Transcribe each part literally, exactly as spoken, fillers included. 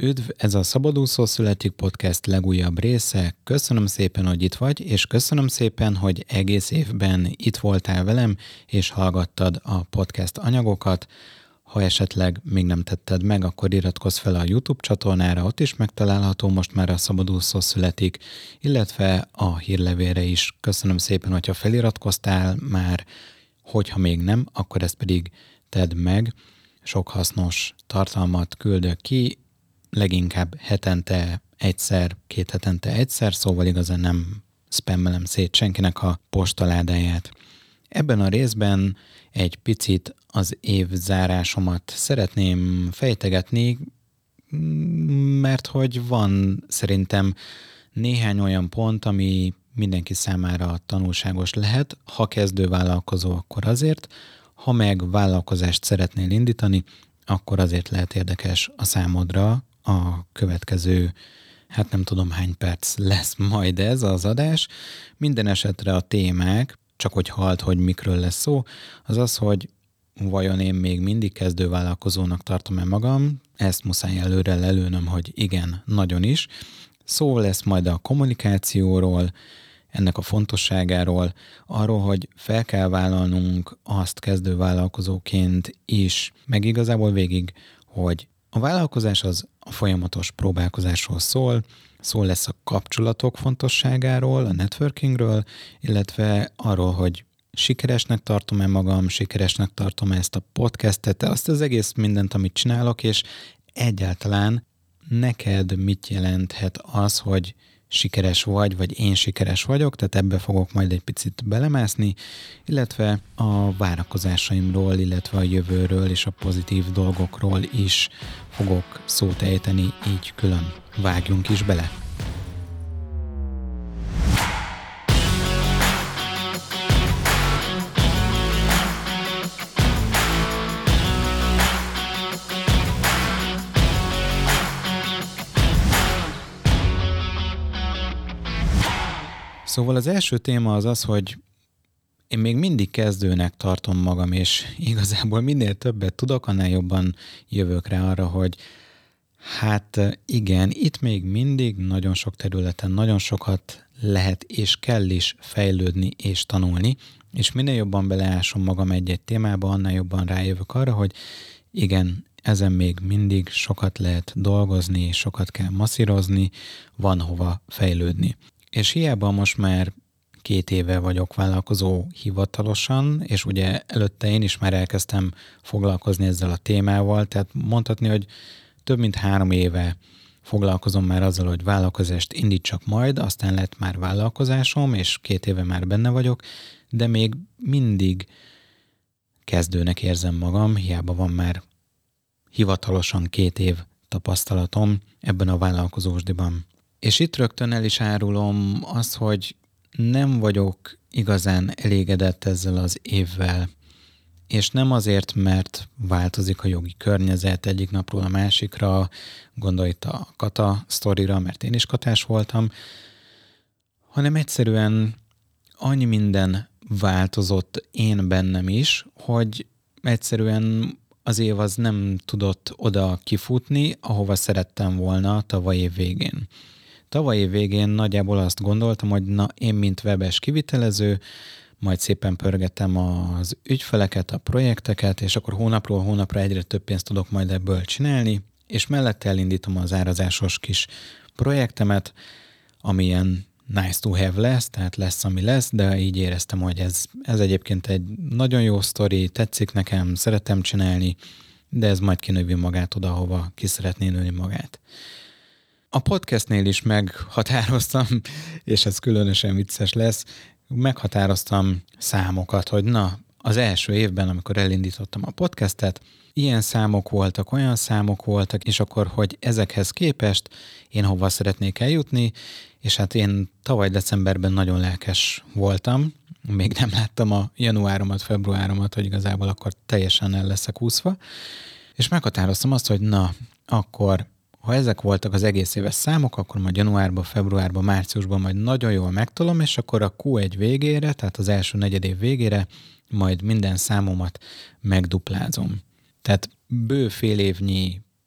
Üdv, ez a Szabadúszó Születik Podcast legújabb része. Köszönöm szépen, hogy itt vagy, és köszönöm szépen, hogy egész évben itt voltál velem, és hallgattad a podcast anyagokat. Ha esetleg még nem tetted meg, akkor iratkozz fel a YouTube csatornára, ott is megtalálható most már a Szabadúszó Születik, illetve a hírlevélre is. Köszönöm szépen, hogyha feliratkoztál már, hogyha még nem, akkor ezt pedig tedd meg. Sok hasznos tartalmat küldök ki, leginkább hetente egyszer, két hetente egyszer, szóval igazán nem spammelem szét senkinek a postaládáját. Ebben a részben egy picit az év zárásomat szeretném fejtegetni, mert hogy van szerintem néhány olyan pont, ami mindenki számára tanulságos lehet. Ha kezdő vállalkozó, akkor azért, ha meg vállalkozást szeretnél indítani, akkor azért lehet érdekes a számodra a következő, hát nem tudom hány perc lesz majd ez az adás. Minden esetre a témák, csak hogy halld, hogy mikről lesz szó, az az, hogy vajon én még mindig kezdő vállalkozónak tartom-e magam, ezt muszáj előre lelőnöm, hogy igen, nagyon is. Szó lesz majd a kommunikációról, ennek a fontosságáról, arról, hogy fel kell vállalnunk azt kezdő vállalkozóként is, meg igazából végig, hogy a vállalkozás az a folyamatos próbálkozásról szól, szó lesz a kapcsolatok fontosságáról, a networkingről, illetve arról, hogy sikeresnek tartom-e magam, sikeresnek tartom-e ezt a podcastet, azt az egész mindent, amit csinálok, és egyáltalán neked mit jelenthet az, hogy sikeres vagy, vagy én sikeres vagyok, tehát ebbe fogok majd egy picit belemászni, illetve a várakozásaimról, illetve a jövőről és a pozitív dolgokról is fogok szót ejteni, így külön. Vágjunk is bele! Szóval az első téma az az, hogy én még mindig kezdőnek tartom magam, és igazából minél többet tudok, annál jobban jövök rá arra, hogy hát igen, itt még mindig nagyon sok területen nagyon sokat lehet és kell is fejlődni és tanulni, és minél jobban beleásom magam egy-egy témába, annál jobban rájövök arra, hogy igen, ezen még mindig sokat lehet dolgozni, sokat kell masszírozni, van hova fejlődni. És hiába most már két éve vagyok vállalkozó hivatalosan, és ugye előtte én is már elkezdtem foglalkozni ezzel a témával, tehát mondhatni, hogy több mint három éve foglalkozom már azzal, hogy vállalkozást indítsak majd, aztán lett már vállalkozásom, és két éve már benne vagyok, de még mindig kezdőnek érzem magam, hiába van már hivatalosan két év tapasztalatom ebben a vállalkozósdiban. És itt rögtön el is árulom azt, hogy nem vagyok igazán elégedett ezzel az évvel. És nem azért, mert változik a jogi környezet egyik napról a másikra, gondolj itt a kata sztorira, mert én is katás voltam, hanem egyszerűen annyi minden változott én bennem is, hogy egyszerűen az év az nem tudott oda kifutni, ahova szerettem volna tavaly év végén. Tavaly év végén nagyjából azt gondoltam, hogy na, én mint webes kivitelező, majd szépen pörgetem az ügyfeleket, a projekteket, és akkor hónapról hónapra egyre több pénzt tudok majd ebből csinálni, és mellette elindítom az árazásos kis projektemet, ami ilyen nice to have lesz, tehát lesz, ami lesz, de így éreztem, hogy ez, ez egyébként egy nagyon jó sztori, tetszik nekem, szeretem csinálni, de ez majd kinövi magát oda, ahova ki szeretné nőni magát. A podcastnél is meghatároztam, és ez különösen vicces lesz, meghatároztam számokat, hogy na, az első évben, amikor elindítottam a podcastet, ilyen számok voltak, olyan számok voltak, és akkor, hogy ezekhez képest én hova szeretnék eljutni, és hát én tavaly decemberben nagyon lelkes voltam, még nem láttam a januáromat, februáromat, hogy igazából akkor teljesen el leszek úszva, és meghatároztam azt, hogy na, akkor ha ezek voltak az egész éves számok, akkor majd januárban, februárban, márciusban majd nagyon jól megtolom, és akkor a kú egy végére, tehát az első negyedév végére majd minden számomat megduplázom. Tehát bő fél évnyi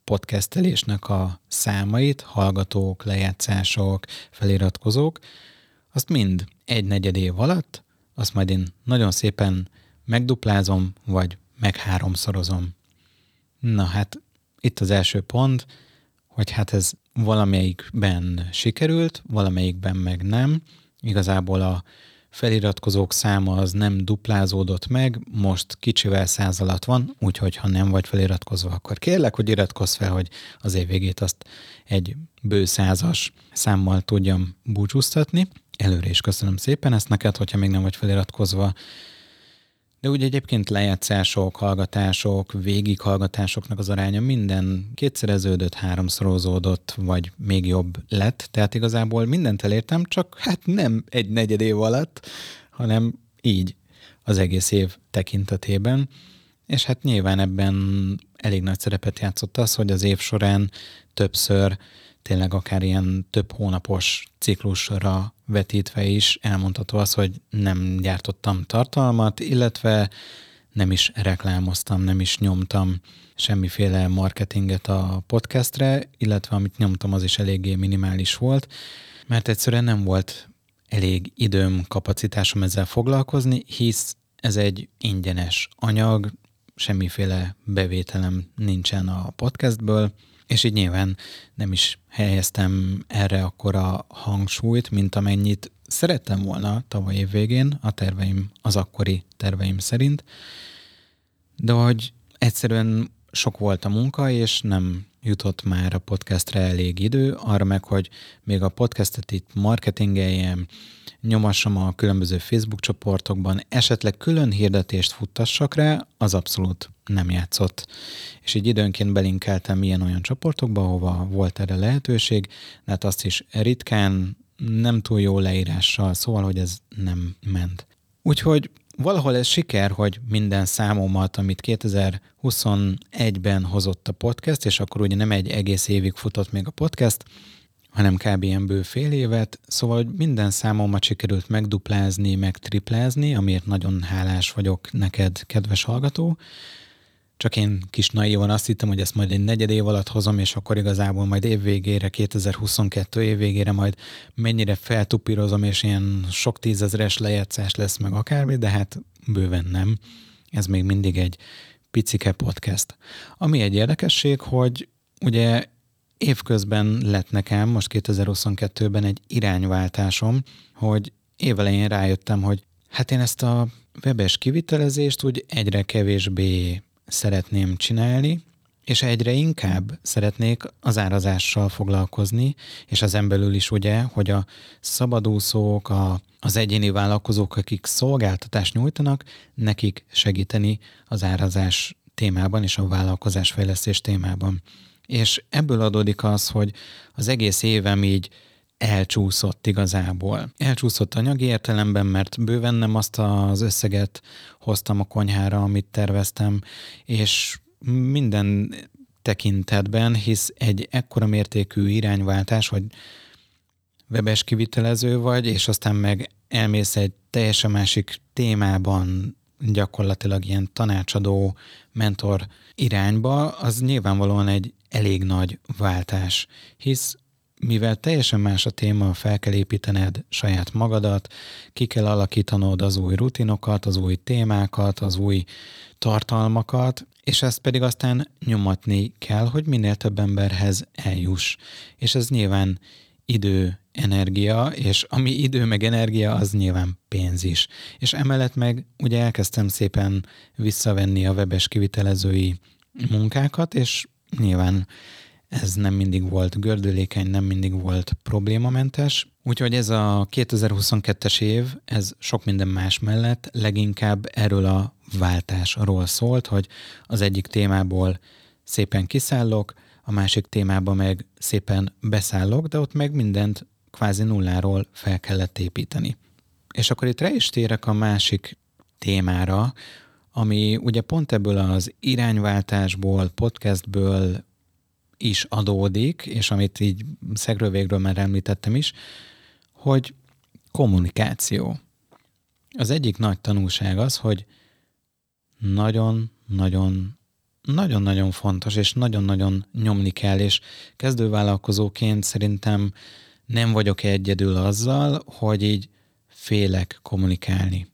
podcastelésnek a számait, hallgatók, lejátszások, feliratkozók, azt mind egy negyed év alatt, azt majd én nagyon szépen megduplázom, vagy megháromszorozom. Na hát, itt az első pont, hogy hát ez valamelyikben sikerült, valamelyikben meg nem. Igazából a feliratkozók száma az nem duplázódott meg, most kicsivel száz alatt van, úgyhogy ha nem vagy feliratkozva, akkor kérlek, hogy iratkozz fel, hogy az év végét azt egy bő százas számmal tudjam búcsúztatni. Előre is köszönöm szépen ezt neked, hogyha még nem vagy feliratkozva. De úgy egyébként lejátszások, hallgatások, végighallgatásoknak az aránya minden kétszereződött, háromszorozódott, vagy még jobb lett. Tehát igazából mindent elértem, csak hát nem egy negyed év alatt, hanem így az egész év tekintetében. És hát nyilván ebben elég nagy szerepet játszott az, hogy az év során többször tényleg akár ilyen több hónapos ciklusra vetítve is elmondható az, hogy nem gyártottam tartalmat, illetve nem is reklámoztam, nem is nyomtam semmiféle marketinget a podcastre, illetve amit nyomtam, az is eléggé minimális volt, mert egyszerűen nem volt elég időm, kapacitásom ezzel foglalkozni, hisz ez egy ingyenes anyag, semmiféle bevételem nincsen a podcastből, és így nyilván nem is helyeztem erre akkora hangsúlyt, mint amennyit szerettem volna tavaly év végén, a terveim, az akkori terveim szerint, de hogy egyszerűen sok volt a munka, és nem jutott már a podcastre elég idő, arra meg, hogy még a podcastet itt marketingeljem, nyomassam a különböző Facebook csoportokban, esetleg külön hirdetést futtassak rá, az abszolút nem játszott. És így időnként belinkeltem ilyen-olyan csoportokba, ahova volt erre lehetőség, de hát azt is ritkán, nem túl jó leírással, szóval, hogy ez nem ment. Úgyhogy valahol ez siker, hogy minden számomat, amit kétezer-huszonegyben hozott a podcast, és akkor ugye nem egy egész évig futott még a podcast, hanem kb. Ilyen bő fél évet, szóval hogy minden számomat sikerült megduplázni, megtriplázni, amiért nagyon hálás vagyok neked, kedves hallgató. Csak én kis naívan azt hittem, hogy ezt majd egy negyed év alatt hozom, és akkor igazából majd évvégére, kétezer-huszonkettő évvégére majd mennyire feltupírozom, és ilyen sok tízezres lejátszás lesz meg akármi, de hát bőven nem. Ez még mindig egy picike podcast. Ami egy érdekesség, hogy ugye évközben lett nekem, most kétezer-huszonkettőben egy irányváltásom, hogy évelején rájöttem, hogy hát én ezt a webes kivitelezést úgy egyre kevésbé szeretném csinálni, és egyre inkább szeretnék az árazással foglalkozni, és ezen belül is ugye, hogy a szabadúszók, a, az egyéni vállalkozók, akik szolgáltatást nyújtanak, nekik segíteni az árazás témában és a vállalkozásfejlesztés témában. És ebből adódik az, hogy az egész évem így elcsúszott igazából. Elcsúszott anyagi értelemben, mert bőven nem azt az összeget hoztam a konyhára, amit terveztem, és minden tekintetben, hisz egy ekkora mértékű irányváltás, hogy webes kivitelező vagy, és aztán meg elmész egy teljesen másik témában, gyakorlatilag ilyen tanácsadó, mentor irányba, az nyilvánvalóan egy elég nagy váltás, hisz mivel teljesen más a téma, fel kell építened saját magadat, ki kell alakítanod az új rutinokat, az új témákat, az új tartalmakat, és ezt pedig aztán nyomatni kell, hogy minél több emberhez eljuss. És ez nyilván idő, energia, és ami idő meg energia, az nyilván pénz is. És emellett meg ugye elkezdtem szépen visszavenni a webes kivitelezői munkákat, és nyilván ez nem mindig volt gördülékeny, nem mindig volt problémamentes. Úgyhogy ez a kétezer-huszonkettes év, ez sok minden más mellett leginkább erről a váltásról szólt, hogy az egyik témából szépen kiszállok, a másik témában meg szépen beszállok, de ott meg mindent kvázi nulláról fel kellett építeni. És akkor itt rá is térek a másik témára, ami ugye pont ebből az irányváltásból, podcastből is adódik, és amit így szegről végről már említettem is, hogy kommunikáció. Az egyik nagy tanulság az, hogy nagyon-nagyon nagyon-nagyon fontos, és nagyon-nagyon nyomni kell, és kezdővállalkozóként szerintem nem vagyok egyedül azzal, hogy így félek kommunikálni,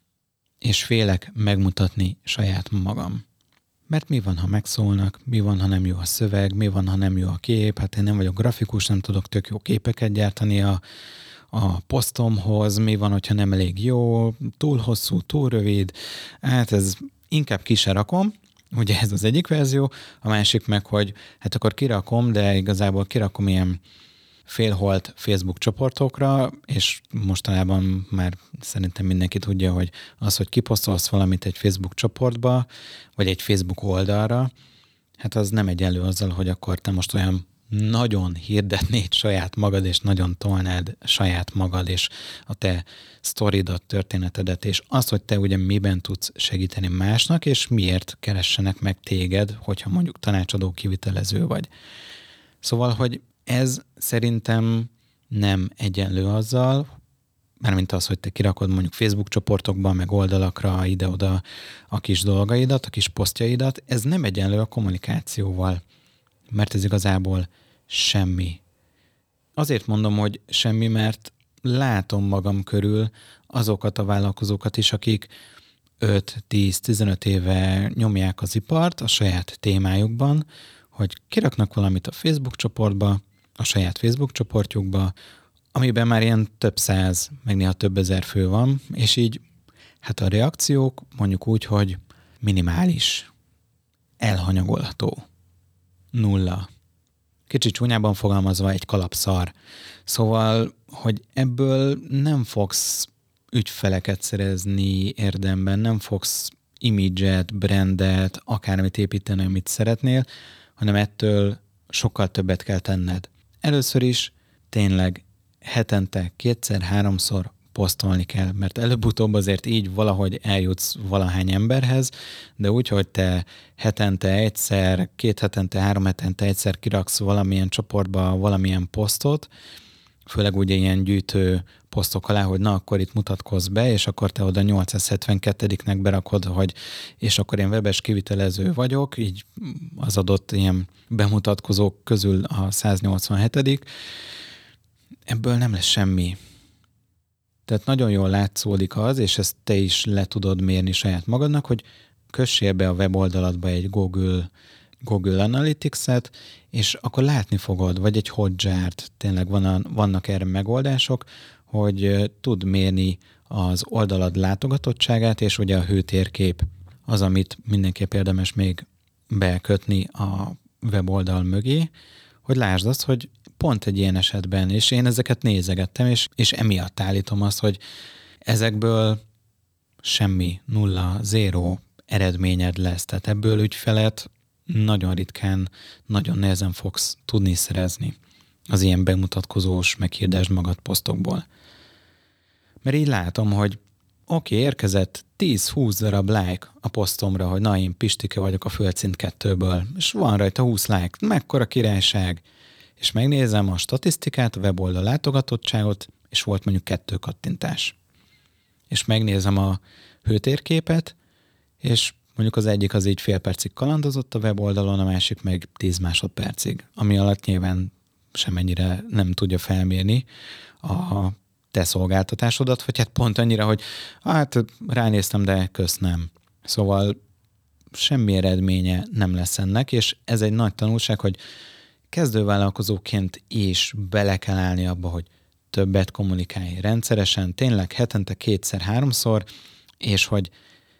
és félek megmutatni saját magam. Mert mi van, ha megszólnak, mi van, ha nem jó a szöveg, mi van, ha nem jó a kép, hát én nem vagyok grafikus, nem tudok tök jó képeket gyártani a, a posztomhoz, mi van, hogyha nem elég jó, túl hosszú, túl rövid, hát ez inkább ki se rakom, ugye ez az egyik verzió, a másik meg, hogy hát akkor kirakom, de igazából kirakom ilyen félholt Facebook csoportokra, és mostanában már szerintem mindenki tudja, hogy az, hogy kiposztolsz valamit egy Facebook csoportba, vagy egy Facebook oldalra, hát az nem egyenlő azzal, hogy akkor te most olyan nagyon hirdetnéd saját magad, és nagyon tolnád saját magad, és a te sztoridat, történetedet, és azt, hogy te ugye miben tudsz segíteni másnak, és miért keressenek meg téged, hogyha mondjuk tanácsadó, kivitelező vagy. Szóval, hogy ez szerintem nem egyenlő azzal, mármint az, hogy te kirakod mondjuk Facebook csoportokban, meg oldalakra ide-oda a kis dolgaidat, a kis posztjaidat, ez nem egyenlő a kommunikációval, mert ez igazából semmi. Azért mondom, hogy semmi, mert látom magam körül azokat a vállalkozókat is, akik öt-tíz-tizenöt éve nyomják az ipart a saját témájukban, hogy kiraknak valamit a Facebook csoportba, a saját Facebook csoportjukba, amiben már ilyen több száz, meg néha több ezer fő van, és így hát a reakciók mondjuk úgy, hogy minimális, elhanyagolható, nulla. Kicsit csúnyában fogalmazva egy kalapszar. Szóval, hogy ebből nem fogsz ügyfeleket szerezni érdemben, nem fogsz imidzset, brandet, akármit építeni, amit szeretnél, hanem ettől sokkal többet kell tenned. Először is tényleg hetente kétszer-háromszor posztolni kell, mert előbb-utóbb azért így valahogy eljutsz valahány emberhez, de úgy, hogy te hetente egyszer, két hetente, három hetente egyszer kiraksz valamilyen csoportba valamilyen posztot, főleg ugye ilyen gyűjtő posztok alá, hogy na, akkor itt mutatkozz be, és akkor te oda nyolcszázhetvenkettediknek berakod, hogy és akkor én webes kivitelező vagyok, így az adott ilyen bemutatkozók közül a száznyolcvanhetedik Ebből nem lesz semmi. Tehát nagyon jól látszódik az, és ezt te is le tudod mérni saját magadnak, hogy kössél be a weboldaladba egy Google, Google Analytics-et, és akkor látni fogod, vagy egy Hotjar-t, tényleg van, vannak erre megoldások, hogy tud mérni az oldalad látogatottságát, és ugye a hőtérkép az, amit mindenképp érdemes még bekötni a weboldal mögé, hogy lásd azt, hogy pont egy ilyen esetben, és én ezeket nézegettem, és, és emiatt állítom azt, hogy ezekből semmi, nulla, zéró eredményed lesz. Tehát ebből ügyfelet nagyon ritkán, nagyon nehezen fogsz tudni szerezni az ilyen bemutatkozós, meghirdesd magad posztokból. Mert így látom, hogy oké, okay, érkezett tíz-húsz darab like a posztomra, hogy na, én Pistike vagyok a Földszint kettőből, és van rajta húsz like, mekkora királyság. És megnézem a statisztikát, a weboldal látogatottságot, és volt mondjuk kettő kattintás. És megnézem a hőtérképet, és mondjuk az egyik az így fél percig kalandozott a weboldalon, a másik meg tíz másodpercig, ami alatt nyilván semennyire nem tudja felmérni a te szolgáltatásodat, vagy hát pont annyira, hogy hát ránéztem, de kösz nem. Szóval semmi eredménye nem lesz ennek, és ez egy nagy tanulság, hogy kezdővállalkozóként is bele kell állni abba, hogy többet kommunikálj rendszeresen, tényleg hetente kétszer-háromszor, és hogy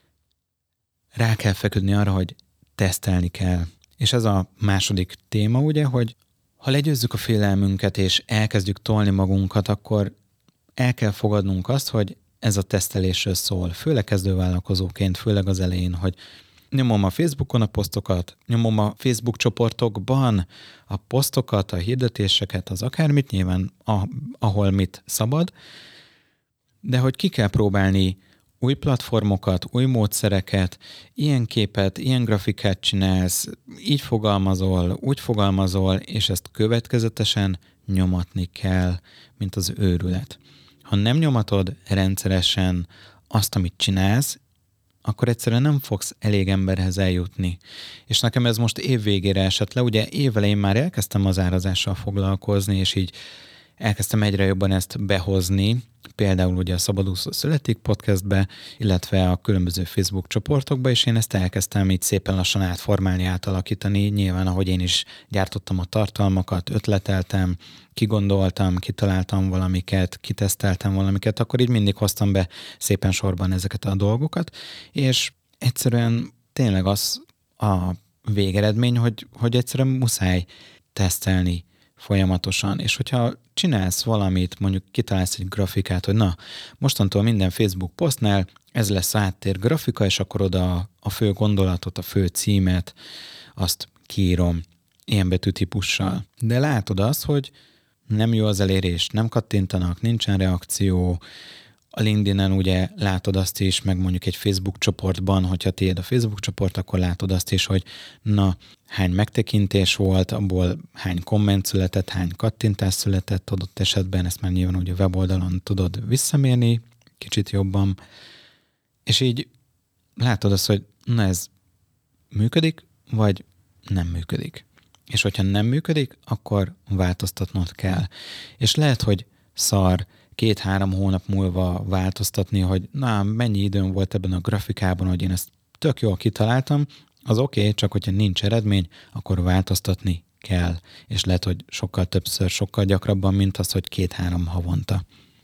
rá kell feküdni arra, hogy tesztelni kell. És ez a második téma, ugye, hogy ha legyőzzük a félelmünket, és elkezdjük tolni magunkat, akkor el kell fogadnunk azt, hogy ez a tesztelésről szól, főleg kezdővállalkozóként, főleg az elején, hogy nyomom a Facebookon a posztokat, nyomom a Facebook csoportokban a posztokat, a hirdetéseket, az akármit, nyilván a, ahol mit szabad, de hogy ki kell próbálni új platformokat, új módszereket, ilyen képet, ilyen grafikát csinálsz, így fogalmazol, úgy fogalmazol, és ezt következetesen nyomatni kell, mint az őrület. Ha nem nyomatod rendszeresen azt, amit csinálsz, akkor egyszerűen nem fogsz elég emberhez eljutni. És nekem ez most év végére esett le. Ugye évelején már elkezdtem az árazással foglalkozni, és így elkezdtem egyre jobban ezt behozni, például ugye a Szabadúszó Születik podcastbe, illetve a különböző Facebook csoportokba, és én ezt elkezdtem így szépen lassan átformálni, átalakítani. Nyilván, ahogy én is gyártottam a tartalmakat, ötleteltem, kigondoltam, kitaláltam valamiket, kiteszteltem valamiket, akkor így mindig hoztam be szépen sorban ezeket a dolgokat, és egyszerűen tényleg az a végeredmény, hogy, hogy egyszerűen muszáj tesztelni folyamatosan, és hogyha csinálsz valamit, mondjuk kitalálsz egy grafikát, hogy na, mostantól minden Facebook posztnál ez lesz a háttér grafika, és akkor oda a fő gondolatot, a fő címet, azt kiírom ilyen betűtípussal. De látod azt, hogy nem jó az elérés, nem kattintanak, nincsen reakció. A LinkedIn-en ugye látod azt is, meg mondjuk egy Facebook csoportban, hogyha tiéd a Facebook csoport, akkor látod azt is, hogy na, hány megtekintés volt, abból hány komment született, hány kattintás született adott esetben, ezt már nyilván ugye a weboldalon tudod visszamérni kicsit jobban, és így látod azt, hogy na ez működik, vagy nem működik. És hogyha nem működik, akkor változtatnod kell. És lehet, hogy szar két-három hónap múlva változtatni, hogy na, mennyi időm volt ebben a grafikában, hogy én ezt tök jól kitaláltam, az oké, okay, csak hogyha nincs eredmény, akkor változtatni kell. És lehet, hogy sokkal többször, sokkal gyakrabban, mint az, hogy két-három havonta.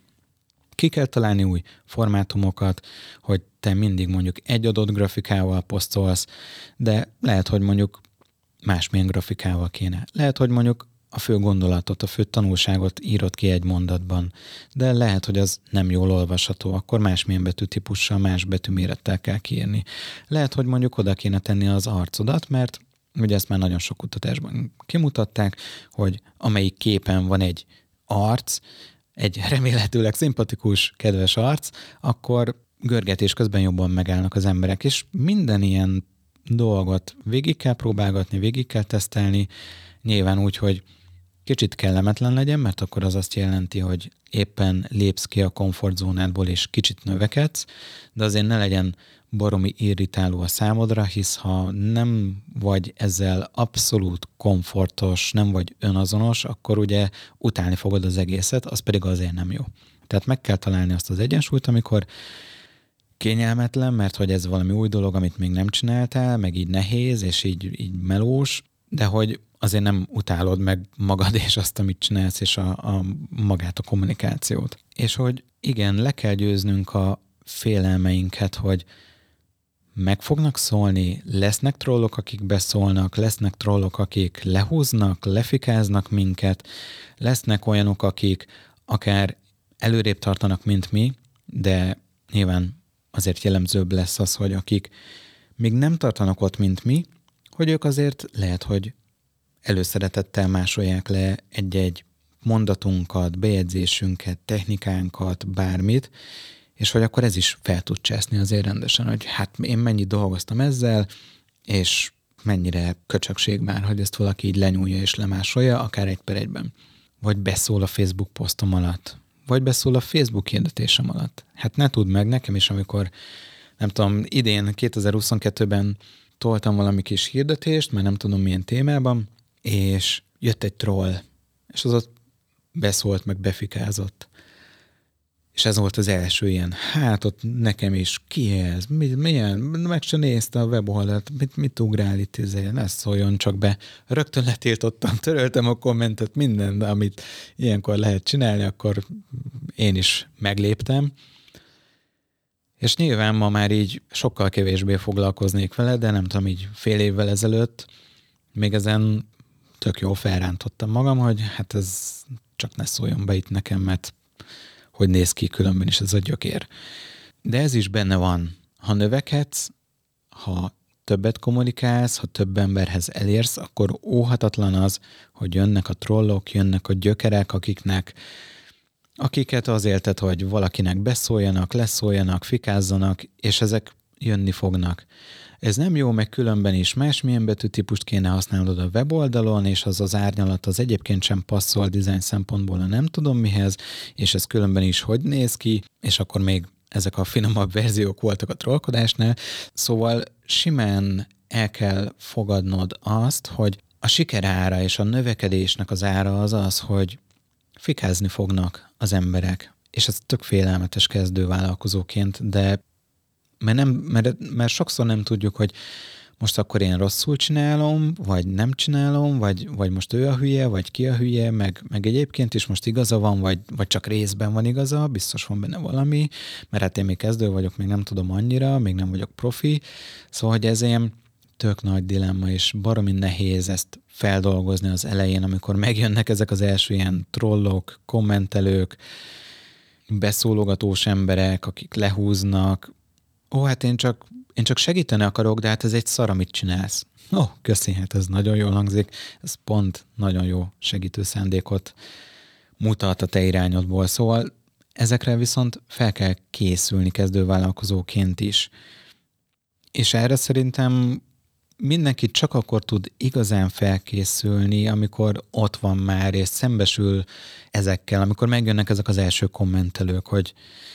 Ki kell találni új formátumokat, hogy te mindig mondjuk egy adott grafikával posztolsz, de lehet, hogy mondjuk másmilyen grafikával kéne. Lehet, hogy mondjuk a fő gondolatot, a fő tanulságot írod ki egy mondatban, de lehet, hogy az nem jól olvasható, akkor másmilyen betűtípussal, más betűmérettel kell kiírni. Lehet, hogy mondjuk oda kéne tenni az arcodat, mert ugye ezt már nagyon sok kutatásban kimutatták, hogy amelyik képen van egy arc, egy remélhetőleg szimpatikus, kedves arc, akkor görgetés közben jobban megállnak az emberek, és minden ilyen dolgot végig kell próbálgatni, végig kell tesztelni, nyilván úgy, hogy kicsit kellemetlen legyen, mert akkor az azt jelenti, hogy éppen lépsz ki a komfortzónádból, és kicsit növekedsz, de azért ne legyen baromi irritáló a számodra, hisz ha nem vagy ezzel abszolút komfortos, nem vagy önazonos, akkor ugye utálni fogod az egészet, az pedig azért nem jó. Tehát meg kell találni azt az egyensúlyt, amikor kényelmetlen, mert hogy ez valami új dolog, amit még nem csináltál, meg így nehéz, és így, így melós, de hogy azért nem utálod meg magad és azt, amit csinálsz, és a, a magát a kommunikációt. És hogy igen, le kell győznünk a félelmeinket, hogy meg fognak szólni, lesznek trollok, akik beszólnak, lesznek trollok, akik lehúznak, lefikáznak minket, lesznek olyanok, akik akár előrébb tartanak, mint mi, de nyilván azért jellemzőbb lesz az, hogy akik még nem tartanak ott, mint mi, hogy ők azért lehet, hogy előszeretettel másolják le egy-egy mondatunkat, bejegyzésünket, technikánkat, bármit, és hogy akkor ez is fel tud cseszni azért rendesen, hogy hát én mennyit dolgoztam ezzel, és mennyire köcsökség már, hogy ezt valaki így lenyúlja és lemásolja, akár egy per egyben. Vagy beszól a Facebook posztom alatt, vagy beszól a Facebook hirdetésem alatt. Hát ne tudd meg, nekem is, amikor nem tudom, idén kétezer-huszonkettőben toltam valami kis hirdetést, már nem tudom milyen témában, és jött egy troll, és az ott beszólt, meg befikázott. És ez volt az első ilyen, hát ott nekem is, ki ez, mi, milyen, meg se nézte a weboldalt, mit, mit ugrál itt, ne szóljon csak be. Rögtön letiltottam, töröltem a kommentet, minden, amit ilyenkor lehet csinálni, akkor én is megléptem. És nyilván ma már így sokkal kevésbé foglalkoznék vele, de nem tudom, így fél évvel ezelőtt még ezen tök jól felrántottam magam, hogy hát ez csak ne szóljon be itt nekem, mert hogy néz ki különben is ez a gyökér. De ez is benne van. Ha növekedsz, ha többet kommunikálsz, ha több emberhez elérsz, akkor óhatatlan az, hogy jönnek a trollok, jönnek a gyökerek, akiknek, akiket az éltet, hogy valakinek beszóljanak, leszóljanak, fikázzanak, és ezek jönni fognak. Ez nem jó, meg különben is másmilyen betűtípust kéne használnod a weboldalon, és az az árnyalat az egyébként sem passzol design szempontból a nem tudom mihez, és ez különben is hogy néz ki, és akkor még ezek a finomabb verziók voltak a trollkodásnál, szóval simán el kell fogadnod azt, hogy a siker ára és a növekedésnek az ára az az, hogy fikázni fognak az emberek. És ez tök félelmetes kezdővállalkozóként, de mert, nem, mert, mert sokszor nem tudjuk, hogy most akkor én rosszul csinálom, vagy nem csinálom, vagy, vagy most ő a hülye, vagy ki a hülye, meg, meg egyébként is most igaza van, vagy, vagy csak részben van igaza, biztos van benne valami, mert hát én még kezdő vagyok, még nem tudom annyira, még nem vagyok profi, szóval hogy ez ilyen tök nagy dilemma, és baromi nehéz ezt feldolgozni az elején, amikor megjönnek ezek az első ilyen trollok, kommentelők, beszólogatós emberek, akik lehúznak. Ó, hát én csak, én csak segíteni akarok, de hát ez egy szar, amit csinálsz. Ó, köszi, hát ez nagyon jól hangzik. Ez pont nagyon jó segítő szándékot mutat a te irányodból. Szóval ezekre viszont fel kell készülni kezdővállalkozóként is. És erre szerintem mindenki csak akkor tud igazán felkészülni, amikor ott van már, és szembesül ezekkel, amikor megjönnek ezek az első kommentelők, hogy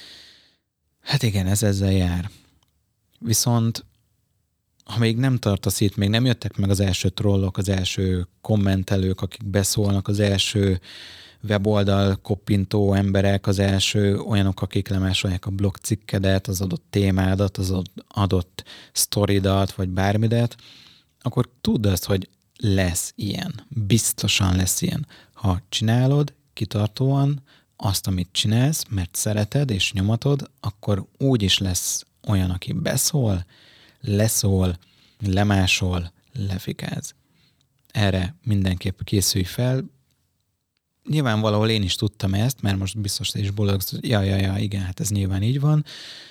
hát igen, ez ezzel jár. Viszont ha még nem tartasz itt, még nem jöttek meg az első trollok, az első kommentelők, akik beszólnak, az első weboldal koppintó emberek, az első olyanok, akik lemásolják a blogcikkedet, az adott témádat, az adott sztoridat, vagy bármidet, akkor tudd azt, hogy lesz ilyen. Biztosan lesz ilyen. Ha csinálod kitartóan azt, amit csinálsz, mert szereted és nyomatod, akkor úgy is lesz olyan, aki beszól, leszól, lemásol, lefikáz. Erre mindenképp készülj fel. Nyilván valahol én is tudtam ezt, mert most biztos te is boldogsz, hogy ja, ja, ja, igen, hát ez nyilván így van.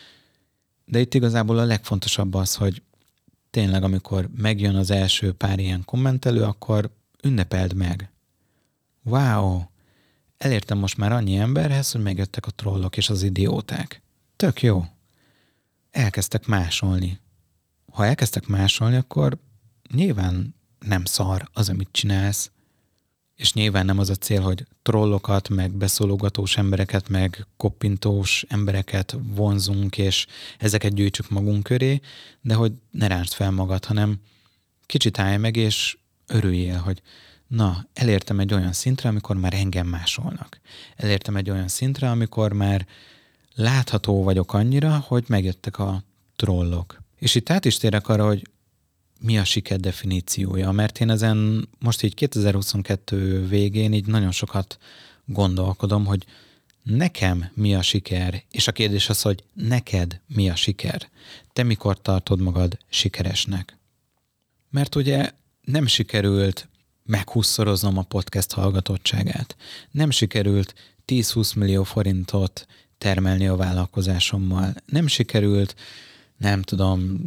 De itt igazából a legfontosabb az, hogy tényleg amikor megjön az első pár ilyen kommentelő, akkor ünnepeld meg. Wow! Elértem most már annyi emberhez, hogy megjöttek a trollok és az idióták. Tök jó. Elkezdtek másolni. Ha elkezdtek másolni, akkor nyilván nem szar az, amit csinálsz. És nyilván nem az a cél, hogy trollokat, meg beszólogatós embereket, meg koppintós embereket vonzunk, és ezeket gyűjtsük magunk köré, de hogy ne rántsd fel magad, hanem kicsit állj meg, és örüljél, hogy na, elértem egy olyan szintre, amikor már engem másolnak. Elértem egy olyan szintre, amikor már látható vagyok annyira, hogy megjöttek a trollok. És itt át is térek arra, hogy mi a siker definíciója, mert én ezen most így kétezer-huszonkettő végén így nagyon sokat gondolkodom, hogy nekem mi a siker, és a kérdés az, hogy neked mi a siker. Te mikor tartod magad sikeresnek? Mert ugye nem sikerült meghúszszoroznom a podcast hallgatottságát. Nem sikerült tíz-húsz millió forintot termelni a vállalkozásommal. Nem sikerült, nem tudom,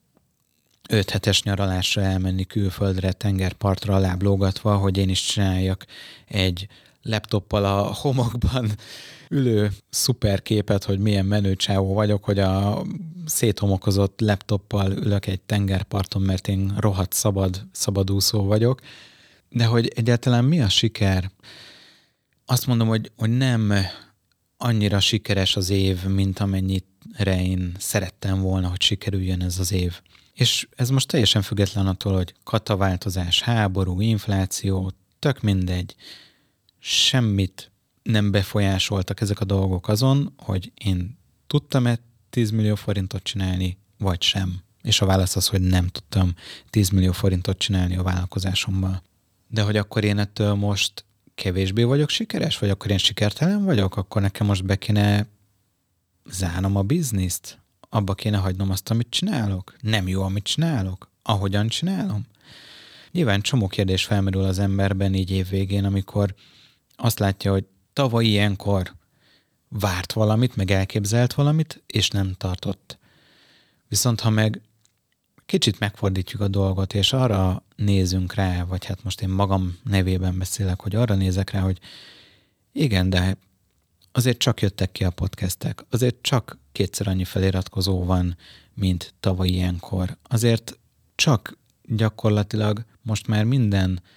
öt hetes nyaralásra elmenni külföldre, tengerpartra láblógatva, hogy én is csináljak egy laptoppal a homokban ülő szuper képet, hogy milyen menő csávó vagyok, hogy a széthomokozott laptoppal ülök egy tengerparton, mert én rohadt szabad, szabadúszó vagyok. De hogy egyáltalán mi a siker? Azt mondom, hogy, hogy nem annyira sikeres az év, mint amennyire én szerettem volna, hogy sikerüljön ez az év. És ez most teljesen független attól, hogy kataváltozás, háború, infláció, tök mindegy. Semmit nem befolyásoltak ezek a dolgok azon, hogy én tudtam-e tíz millió forintot csinálni, vagy sem. És a válasz az, hogy nem tudtam tíz millió forintot csinálni a vállalkozásommal. De hogy akkor én ettől most kevésbé vagyok sikeres, vagy akkor én sikertelen vagyok, akkor nekem most be kéne zárnom a bizniszt? Abba kéne hagynom azt, amit csinálok? Nem jó, amit csinálok? Ahogyan csinálom? Nyilván csomó kérdés felmerül az emberben így évvégén, amikor azt látja, hogy tavaly ilyenkor várt valamit, meg elképzelt valamit, és nem tartott. Viszont ha meg kicsit megfordítjuk a dolgot, és arra nézünk rá, vagy hát most én magam nevében beszélek, hogy arra nézek rá, hogy igen, de azért csak jöttek ki a podcastek, azért csak kétszer annyi feliratkozó van, mint tavaly ilyenkor. Azért csak gyakorlatilag most már minden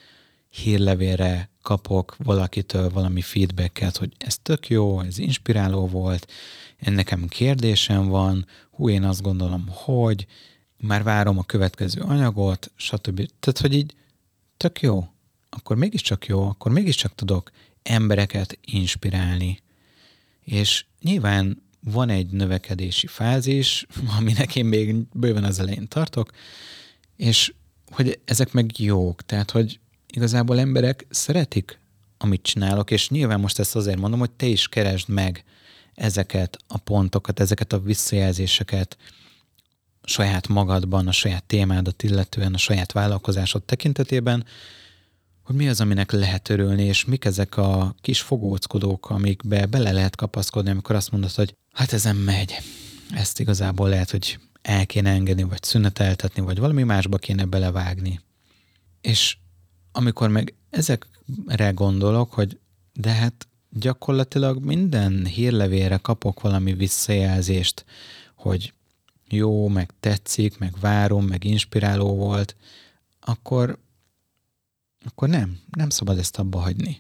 hírlevélre kapok valakitől valami feedbacket, hogy ez tök jó, ez inspiráló volt, én nekem kérdésem van, hú, én azt gondolom, hogy már várom a következő anyagot, stb. Tehát, hogy így tök jó, akkor mégiscsak jó, akkor mégiscsak tudok embereket inspirálni. És nyilván van egy növekedési fázis, aminek én még bőven az elején tartok, és hogy ezek meg jók, tehát, hogy igazából emberek szeretik, amit csinálok, és nyilván most ezt azért mondom, hogy te is keresd meg ezeket a pontokat, ezeket a visszajelzéseket a saját magadban, a saját témádat illetően, a saját vállalkozásod tekintetében, hogy mi az, aminek lehet örülni, és mik ezek a kis fogóckodók, amikbe bele lehet kapaszkodni, amikor azt mondod, hogy hát ezen megy. Ezt igazából lehet, hogy el kéne engedni, vagy szüneteltetni, vagy valami másba kéne belevágni. És amikor meg ezekre gondolok, hogy de hát gyakorlatilag minden hírlevélre kapok valami visszajelzést, hogy jó, meg tetszik, meg várom, meg inspiráló volt, akkor, akkor nem, nem szabad ezt abba hagyni.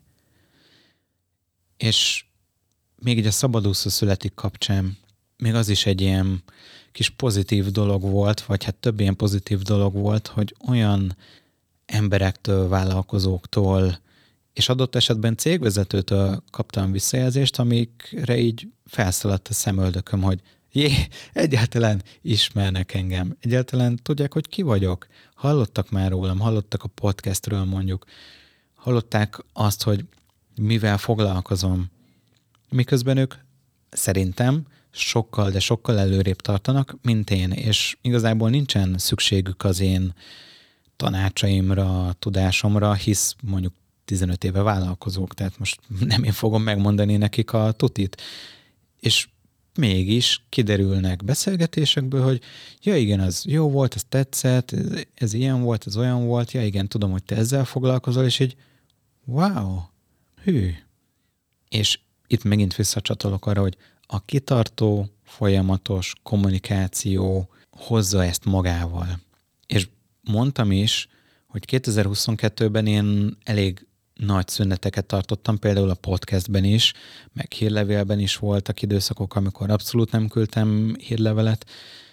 És még így a szabadúszó születik kapcsán, még az is egy ilyen kis pozitív dolog volt, vagy hát több ilyen pozitív dolog volt, hogy olyan emberektől, vállalkozóktól, és adott esetben cégvezetőtől kaptam visszajelzést, amikre így felszaladt a szemöldököm, hogy jé, egyáltalán ismernek engem, egyáltalán tudják, hogy ki vagyok, hallottak már rólam, hallottak a podcastről mondjuk, hallották azt, hogy mivel foglalkozom, miközben ők szerintem sokkal, de sokkal előrébb tartanak, mint én, és igazából nincsen szükségük az én tanácsaimra, tudásomra, hisz mondjuk tizenöt éve vállalkozók, tehát most nem én fogom megmondani nekik a tutit. És mégis kiderülnek beszélgetésekből, hogy ja igen, az jó volt, ez tetszett, ez, ez ilyen volt, ez olyan volt, ja igen, tudom, hogy te ezzel foglalkozol, és így wow, hű. És itt megint visszacsatolok arra, hogy a kitartó, folyamatos kommunikáció hozza ezt magával. És mondtam is, hogy kétezer-huszonkettőben én elég nagy szüneteket tartottam, például a podcastben is, meg hírlevélben is voltak időszakok, amikor abszolút nem küldtem hírlevelet,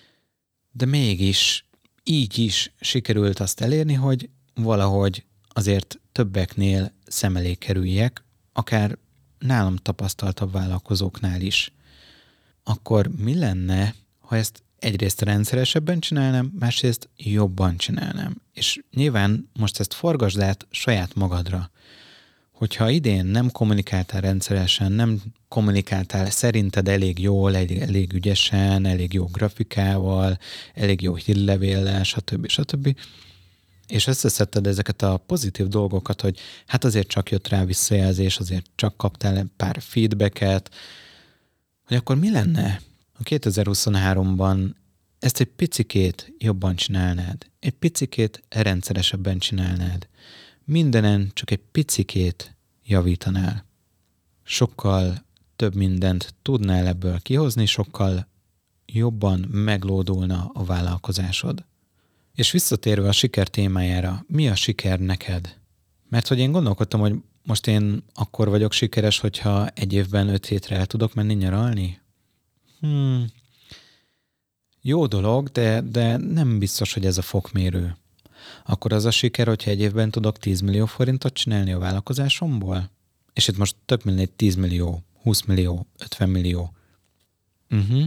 de mégis így is sikerült azt elérni, hogy valahogy azért többeknél szem elé kerüljek, akár nálam tapasztaltabb vállalkozóknál is. Akkor mi lenne, ha ezt egyrészt rendszeresebben csinálnám, másrészt jobban csinálnám. És nyilván most ezt forgasd át saját magadra. Hogyha idén nem kommunikáltál rendszeresen, nem kommunikáltál szerinted elég jól, elég, elég ügyesen, elég jó grafikával, elég jó hírlevéllel, stb. stb. És összeszedted ezeket a pozitív dolgokat, hogy hát azért csak jött rá visszajelzés, azért csak kaptál pár feedbacket, hogy akkor mi lenne, ha kétezer-huszonháromban ezt egy picikét jobban csinálnád, egy picikét rendszeresebben csinálnád, mindenen csak egy picikét javítanál. Sokkal több mindent tudnál ebből kihozni, sokkal jobban meglódulna a vállalkozásod. És visszatérve a siker témájára, mi a siker neked? Mert hogy én gondolkodtam, hogy most én akkor vagyok sikeres, hogyha egy évben öt hétre el tudok menni nyaralni? Hmm. Jó dolog, de, de nem biztos, hogy ez a fokmérő. Akkor az a siker, hogyha egy évben tudok tíz millió forintot csinálni a vállalkozásomból? És itt most tök mindegy tíz millió, húsz millió, ötven millió. Uh-huh.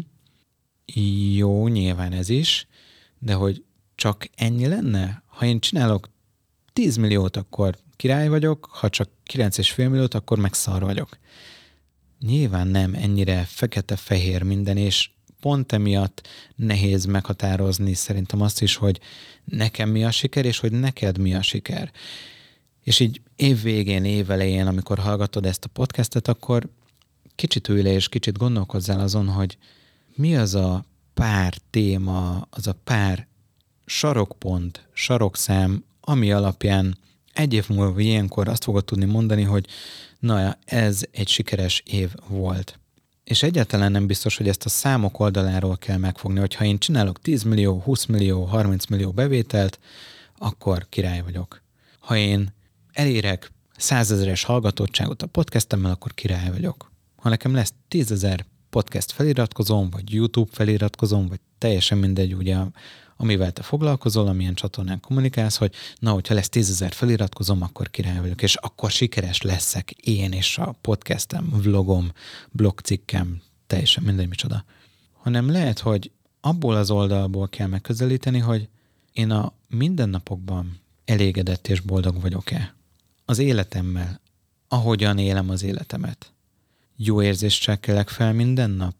Jó, nyilván ez is, de hogy csak ennyi lenne? Ha én csinálok tíz milliót, akkor király vagyok, ha csak kilenc egész öt milliót, akkor meg szar vagyok. Nyilván nem ennyire fekete-fehér minden, és pont emiatt nehéz meghatározni szerintem azt is, hogy nekem mi a siker, és hogy neked mi a siker. És így év végén, év elején, amikor hallgatod ezt a podcastet, akkor kicsit ülj le, és kicsit gondolkozzál azon, hogy mi az a pár téma, az a pár sarokpont, sarokszám, ami alapján egy év múlva ilyenkor azt fogod tudni mondani, hogy na, ez egy sikeres év volt. És egyáltalán nem biztos, hogy ezt a számok oldaláról kell megfogni, hogy ha én csinálok tíz millió, húsz millió, harminc millió bevételt, akkor király vagyok. Ha én elérek százezeres hallgatottságot a podcastemmel, akkor király vagyok. Ha nekem lesz tízezer podcast feliratkozóm, vagy YouTube feliratkozóm, vagy teljesen mindegy, ugye, amivel te foglalkozol, amilyen csatornán kommunikálsz, hogy na, hogyha lesz tízezer feliratkozom, akkor király vagyok, és akkor sikeres leszek én és a podcastem, vlogom, blogcikkem, teljesen mindegy micsoda. Hanem lehet, hogy abból az oldalból kell megközelíteni, hogy én a mindennapokban elégedett és boldog vagyok-e? Az életemmel, ahogyan élem az életemet. Jó érzéssel kelek fel minden nap?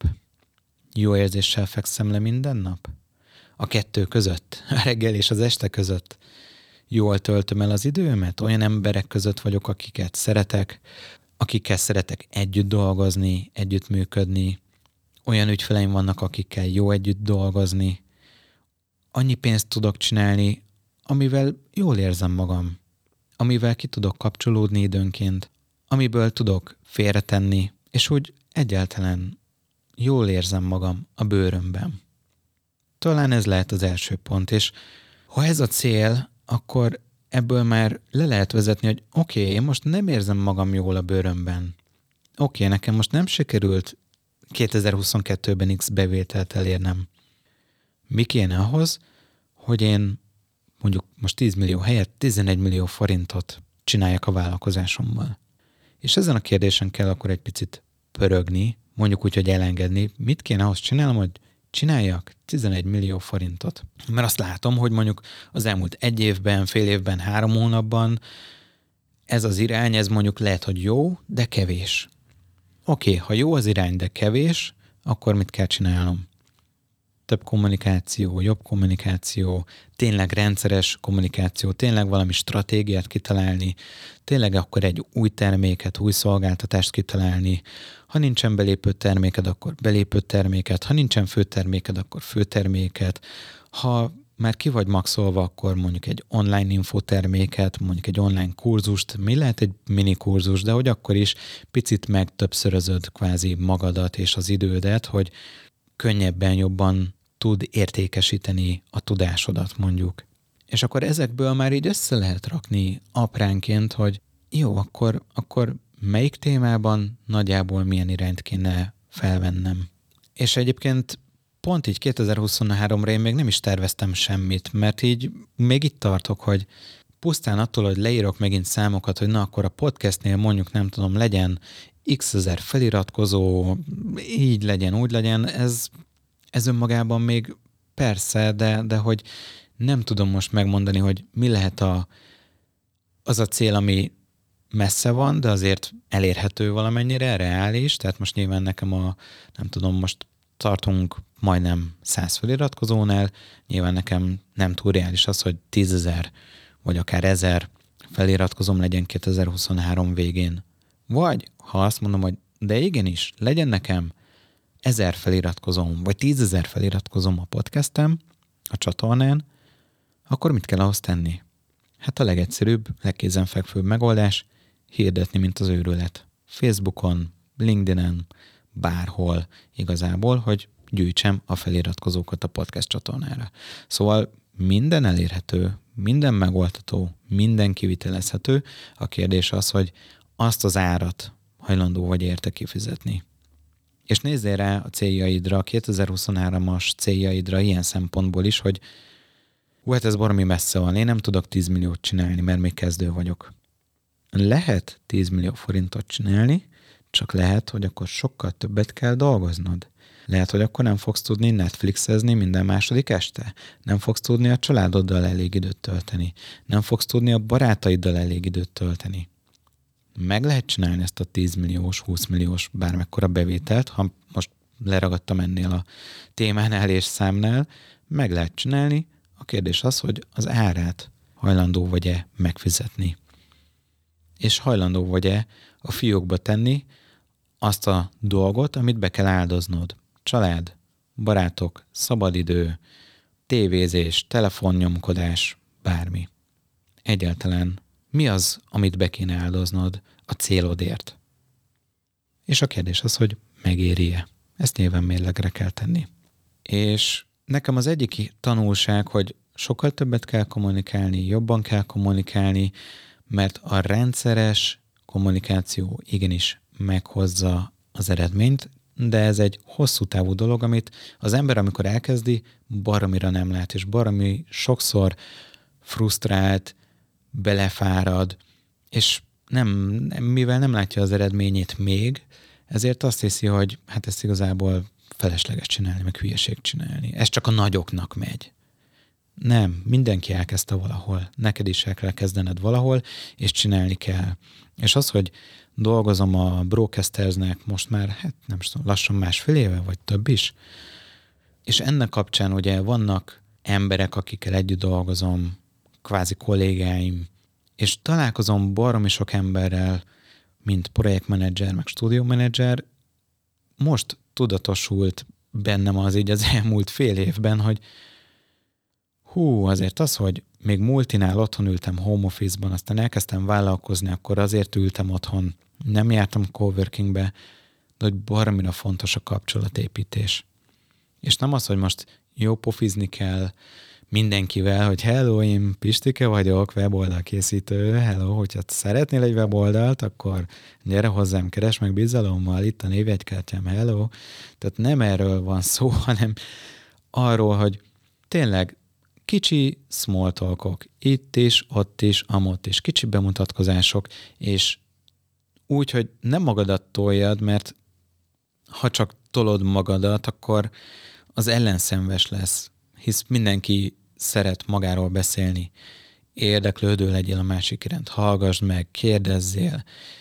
Jó érzéssel fekszem le minden nap? A kettő között, a reggel és az este között jól töltöm el az időmet? Olyan emberek között vagyok, akiket szeretek, akikkel szeretek együtt dolgozni, együtt működni. Olyan ügyfeleim vannak, akikkel jó együtt dolgozni. Annyi pénzt tudok csinálni, amivel jól érzem magam, amivel ki tudok kapcsolódni időnként, amiből tudok félretenni, és úgy egyáltalán jól érzem magam a bőrömben. Talán ez lehet az első pont, és ha ez a cél, akkor ebből már le lehet vezetni, hogy oké, okay, én most nem érzem magam jól a bőrömben. Oké, okay, nekem most nem sikerült kétezer-huszonkettőben X bevételt elérnem. Mi kéne ahhoz, hogy én mondjuk most tíz millió helyett tizenegy millió forintot csináljak a vállalkozásommal. És ezen a kérdésen kell akkor egy picit pörögni, mondjuk úgy, hogy elengedni. Mit kéne ahhoz csinálnom, hogy csináljak tizenegy millió forintot? Mert azt látom, hogy mondjuk az elmúlt egy évben, fél évben, három hónapban ez az irány, ez mondjuk lehet, hogy jó, de kevés. Oké, okay, ha jó az irány, de kevés, akkor mit kell csinálnom? Több kommunikáció, jobb kommunikáció, tényleg rendszeres kommunikáció, tényleg valami stratégiát kitalálni, tényleg akkor egy új terméket, új szolgáltatást kitalálni. Ha nincsen belépő terméked, akkor belépő terméket, ha nincsen főterméked, akkor főterméket. Ha már ki vagy maxolva, akkor mondjuk egy online infoterméket, mondjuk egy online kurzust, mi lehet egy mini kurzus, de hogy akkor is picit meg többszörözöd kvázi magadat és az idődet, hogy könnyebben, jobban tud értékesíteni a tudásodat mondjuk. És akkor ezekből már így össze lehet rakni apránként, hogy jó, akkor, akkor melyik témában nagyjából milyen irányt kéne felvennem. És egyébként pont így kétezer-huszonháromra én még nem is terveztem semmit, mert így még itt tartok, hogy pusztán attól, hogy leírok megint számokat, hogy na akkor a podcastnél mondjuk nem tudom, legyen x ezer feliratkozó, így legyen, úgy legyen, ez, ez önmagában még persze, de, de hogy nem tudom most megmondani, hogy mi lehet a, az a cél, ami messze van, de azért elérhető valamennyire, reális, tehát most nyilván nekem a, nem tudom, most tartunk majdnem száz feliratkozónál, nyilván nekem nem túl reális az, hogy tízezer vagy akár ezer feliratkozom legyen kétezer-huszonhárom végén. Vagy ha azt mondom, hogy de igenis, legyen nekem ezer feliratkozom, vagy tízezer feliratkozom a podcastem, a csatornán, akkor mit kell ahhoz tenni? Hát a legegyszerűbb, legkézenfekvőbb megoldás hirdetni, mint az őrület. Facebookon, LinkedInen, bárhol igazából, hogy gyűjtsem a feliratkozókat a podcast csatornára. Szóval minden elérhető, minden megoldható, minden kivitelezhető. A kérdés az, hogy azt az árat hajlandó vagy érte kifizetni. És nézzél rá a céljaidra, a kétezer-huszonhármas céljaidra ilyen szempontból is, hogy hú, hát ez baromi messze van, én nem tudok tíz milliót csinálni, mert még kezdő vagyok. Lehet tíz millió forintot csinálni, csak lehet, hogy akkor sokkal többet kell dolgoznod. Lehet, hogy akkor nem fogsz tudni Netflixezni minden második este. Nem fogsz tudni a családoddal elég időt tölteni. Nem fogsz tudni a barátaiddal elég időt tölteni. Meg lehet csinálni ezt a tíz milliós, húsz milliós bármekkora bevételt, ha most leragadtam ennél a témánál és számnál, meg lehet csinálni. A kérdés az, hogy az árát hajlandó vagy-e megfizetni. És hajlandó vagy-e a fiókba tenni azt a dolgot, amit be kell áldoznod. Család, barátok, szabadidő, tévézés, telefonnyomkodás, bármi. Egyáltalán mi az, amit be kéne áldoznod a célodért? És a kérdés az, hogy megéri-e. Ezt nyilván mérlegre kell tenni. És nekem az egyik tanulság, hogy sokkal többet kell kommunikálni, jobban kell kommunikálni, mert a rendszeres kommunikáció igenis meghozza az eredményt, de ez egy hosszú távú dolog, amit az ember, amikor elkezdi, baromira nem lát, és baromi sokszor frusztrált, belefárad, és nem, mivel nem látja az eredményét még, ezért azt hiszi, hogy hát ezt igazából felesleges csinálni, meg hülyeség csinálni. Ez csak a nagyoknak megy. Nem, mindenki elkezdte valahol. Neked is el kell kezdened valahol, és csinálni kell. És az, hogy dolgozom a Broadcastersnek most már, hát nem tudom, lassan másfél éve, vagy több is, és ennek kapcsán ugye vannak emberek, akikkel együtt dolgozom, kvázi kollégáim, és találkozom baromi sok emberrel, mint projektmenedzser, meg stúdiómenedzser. Most tudatosult bennem az így az elmúlt fél évben, hogy hú, azért az, hogy még multinál otthon ültem home office-ban, aztán elkezdtem vállalkozni, akkor azért ültem otthon, nem jártam coworkingbe, de hogy baromira fontos a kapcsolatépítés. És nem az, hogy most jó pofizni kell mindenkivel, hogy hello, én Pistike vagyok, weboldal készítő, hello, hogyha szeretnél egy weboldalt, akkor gyere hozzám, keresd meg bizalommal, itt a névjegykártyám, hello. Tehát nem erről van szó, hanem arról, hogy tényleg kicsi small talkok, itt is, ott is, amott is, kicsi bemutatkozások, és úgy, hogy nem magadat toljad, mert ha csak tolod magadat, akkor az ellenszenves lesz, hisz mindenki szeret magáról beszélni. Érdeklődő legyél a másik iránt, hallgassd meg, kérdezzél,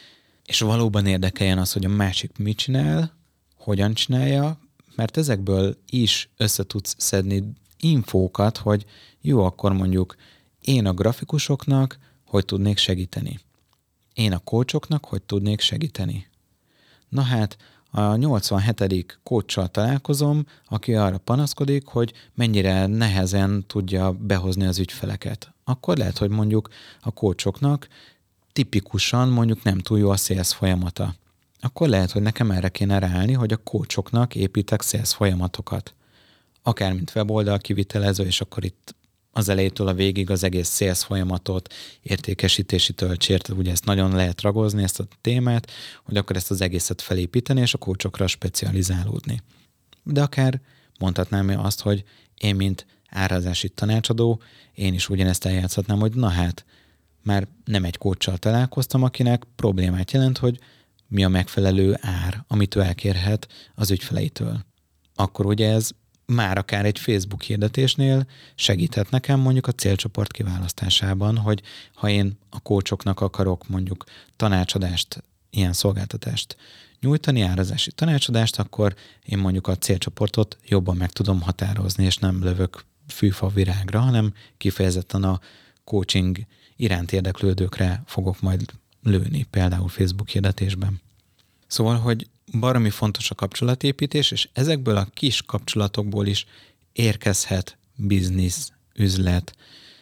és valóban érdekeljen az, hogy a másik mit csinál, hogyan csinálja, mert ezekből is össze tudsz szedni infókat, hogy jó, akkor mondjuk én a grafikusoknak hogy tudnék segíteni. Én a coachoknak hogy tudnék segíteni. Na hát, a nyolcvanhetedik coachsal találkozom, aki arra panaszkodik, hogy mennyire nehezen tudja behozni az ügyfeleket. Akkor lehet, hogy mondjuk a coachoknak tipikusan mondjuk nem túl jó a sales folyamata. Akkor lehet, hogy nekem erre kéne ráállni, hogy a coachoknak építek sales folyamatokat. Akár mint weboldal kivitelező, és akkor itt az elejétől a végig az egész sales folyamatot, értékesítési töltsért, ugye ezt nagyon lehet ragozni, ezt a témát, hogy akkor ezt az egészet felépíteni, és a coachokra specializálódni. De akár mondhatnám azt, hogy én, mint árazási tanácsadó, én is ugyanezt eljátszhatnám, hogy na hát, már nem egy coachsal találkoztam, akinek problémát jelent, hogy mi a megfelelő ár, amit ő elkérhet az ügyfeleitől. Akkor ugye ez már akár egy Facebook hirdetésnél segíthet nekem mondjuk a célcsoport kiválasztásában, hogy ha én a coachoknak akarok mondjuk tanácsadást, ilyen szolgáltatást nyújtani, árazási tanácsadást, akkor én mondjuk a célcsoportot jobban meg tudom határozni, és nem lövök fűfa virágra, hanem kifejezetten a coaching iránt érdeklődőkre fogok majd lőni, például Facebook hirdetésben. Szóval, hogy baromi fontos a kapcsolatépítés, és ezekből a kis kapcsolatokból is érkezhet biznisz, üzlet,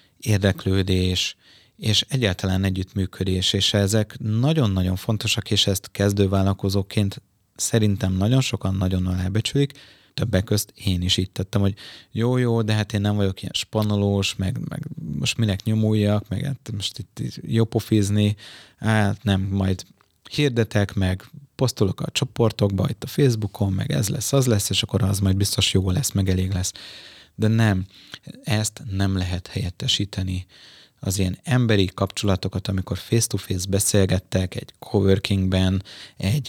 érdeklődés, és egyáltalán együttműködés, és ezek nagyon-nagyon fontosak, és ezt kezdővállalkozóként szerintem nagyon sokan nagyon alábecsülik, többek közt én is így tettem, hogy jó-jó, de hát én nem vagyok ilyen spanolós, meg, meg most minek nyomuljak, meg hát most itt jó pofizni, hát nem, majd hirdetek, meg posztolok a csoportokba, itt a Facebookon, meg ez lesz, az lesz, és akkor az majd biztos jó lesz, meg elég lesz. De nem, ezt nem lehet helyettesíteni. Az ilyen emberi kapcsolatokat, amikor face-to-face beszélgettek egy coworkingben, egy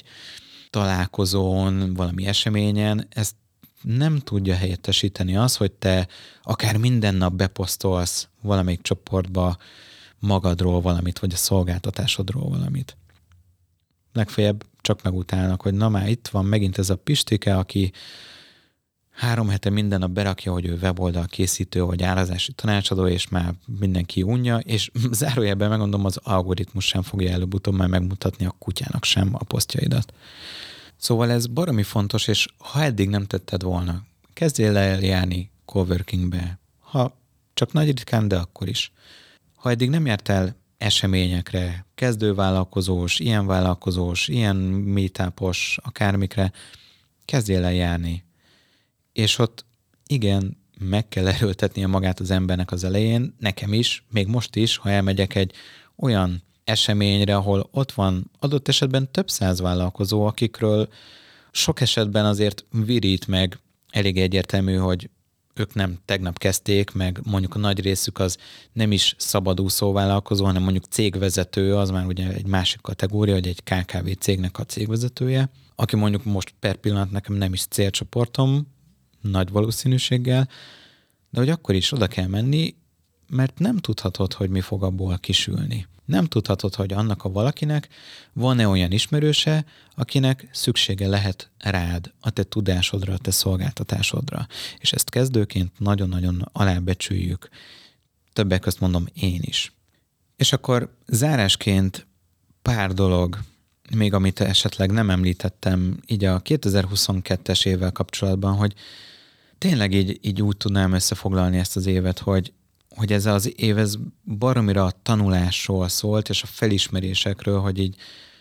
találkozón, valami eseményen, ezt nem tudja helyettesíteni az, hogy te akár minden nap beposztolsz valamelyik csoportba magadról valamit, vagy a szolgáltatásodról valamit. Legfeljebb csak megutálnak, hogy na már itt van megint ez a Pistike, aki három hete minden nap berakja, hogy ő weboldal készítő, vagy árazási tanácsadó, és már mindenki unja, és zárójelben megmondom, az algoritmus sem fogja előbb-utóbb már megmutatni a kutyának sem a posztjaidat. Szóval ez baromi fontos, és ha eddig nem tetted volna, kezdjél el járni coworkingbe, ha csak nagy ritkán, de akkor is. Ha eddig nem jártál eseményekre, kezdővállalkozós, ilyen vállalkozós, ilyen meetupos, akármikre, kezdjél el járni. És ott igen, meg kell erőltetnie magát az embernek az elején, nekem is, még most is, ha elmegyek egy olyan eseményre, ahol ott van adott esetben több száz vállalkozó, akikről sok esetben azért virít meg, elég egyértelmű, hogy ők nem tegnap kezdték, meg mondjuk a nagy részük az nem is szabadúszó vállalkozó, hanem mondjuk cégvezető, az már ugye egy másik kategória, hogy egy ká ká vé cégnek a cégvezetője, aki mondjuk most per pillanat nekem nem is célcsoportom, nagy valószínűséggel, de hogy akkor is oda kell menni, mert nem tudhatod, hogy mi fog abból kisülni. Nem tudhatod, hogy annak a valakinek van-e olyan ismerőse, akinek szüksége lehet rád, a te tudásodra, a te szolgáltatásodra. És ezt kezdőként nagyon-nagyon alábecsüljük. Többek közt mondom én is. És akkor zárásként pár dolog, még amit esetleg nem említettem, így a kétezer-huszonkettes évvel kapcsolatban, hogy tényleg így, így úgy tudnám összefoglalni ezt az évet, hogy hogy ez az év ez baromira a tanulásról szólt, és a felismerésekről, hogy így